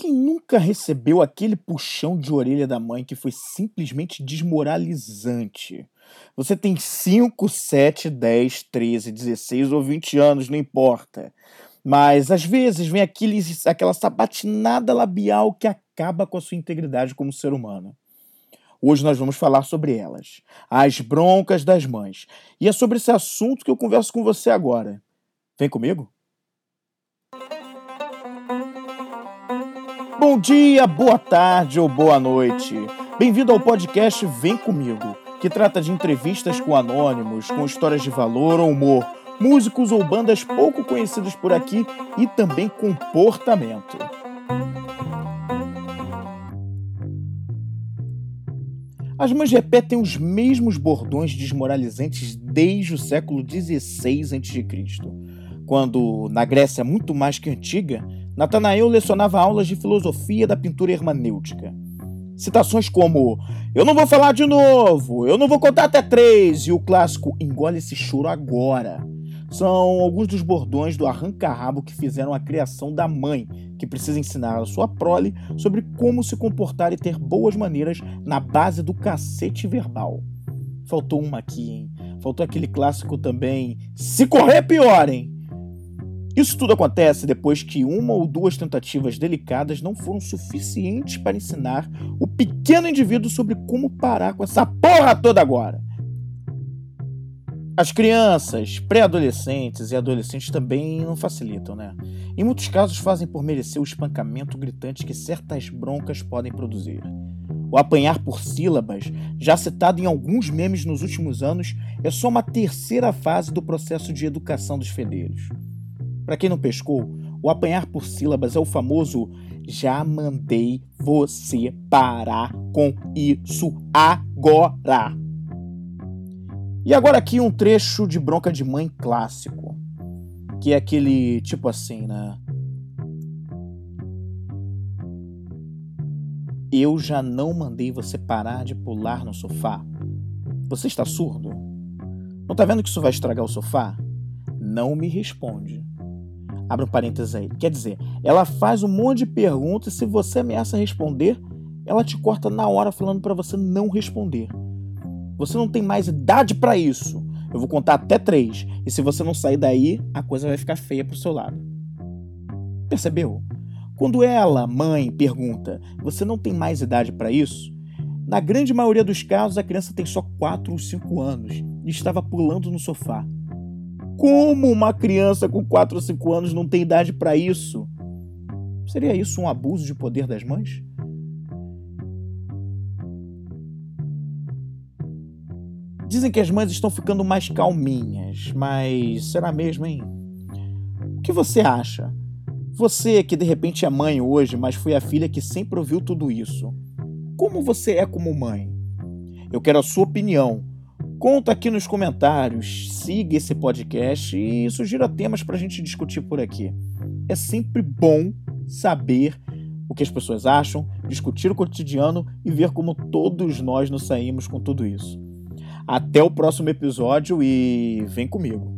Quem nunca recebeu aquele puxão de orelha da mãe que foi simplesmente desmoralizante? Você tem 5, 7, 10, 13, 16 ou 20 anos, não importa. Mas às vezes vem aquela sabatinada labial que acaba com a sua integridade como ser humano. Hoje nós vamos falar sobre elas, as broncas das mães. E é sobre esse assunto que eu converso com você agora. Vem comigo? Bom dia, boa tarde ou boa noite. Bem-vindo ao podcast Vem Comigo, que trata de entrevistas com anônimos, com histórias de valor ou humor, músicos ou bandas pouco conhecidas por aqui e também comportamento. As mães repetem os mesmos bordões desmoralizantes desde o século XVI a.C., quando, na Grécia muito mais que antiga, Natanael lecionava aulas de filosofia da pintura hermenêutica. Citações como "Eu não vou falar de novo", "Eu não vou contar até 3" e o clássico "Engole esse choro agora" são alguns dos bordões do arranca-rabo que fizeram a criação da mãe, que precisa ensinar a sua prole sobre como se comportar e ter boas maneiras na base do cacete verbal. Faltou uma aqui, hein? Faltou aquele clássico também "Se correr, pior, hein?". Isso tudo acontece depois que uma ou duas tentativas delicadas não foram suficientes para ensinar o pequeno indivíduo sobre como parar com essa porra toda agora. As crianças, pré-adolescentes e adolescentes também não facilitam, né? Em muitos casos fazem por merecer o espancamento gritante que certas broncas podem produzir. O apanhar por sílabas, já citado em alguns memes nos últimos anos, é só uma terceira fase do processo de educação dos fedeiros. Para quem não pescou, o apanhar por sílabas é o famoso "já mandei você parar com isso agora". E agora aqui um trecho de bronca de mãe clássico, que é aquele tipo assim, né? "Eu já não mandei você parar de pular no sofá? Você está surdo? Não tá vendo que isso vai estragar o sofá? Não me responde". Abre um parênteses aí. Quer dizer, ela faz um monte de perguntas e se você ameaça responder, ela te corta na hora falando para você não responder. Você não tem mais idade para isso. Eu vou contar até 3. E se você não sair daí, a coisa vai ficar feia pro seu lado. Percebeu? Quando ela, mãe, pergunta, "Você não tem mais idade para isso?", na grande maioria dos casos a criança tem só 4 ou 5 anos e estava pulando no sofá. Como uma criança com 4 ou 5 anos não tem idade para isso? Seria isso um abuso de poder das mães? Dizem que as mães estão ficando mais calminhas, mas será mesmo, hein? O que você acha? Você que de repente é mãe hoje, mas foi a filha que sempre ouviu tudo isso. Como você é como mãe? Eu quero a sua opinião. Conta aqui nos comentários, siga esse podcast e sugira temas para a gente discutir por aqui. É sempre bom saber o que as pessoas acham, discutir o cotidiano e ver como todos nós nos saímos com tudo isso. Até o próximo episódio e vem comigo.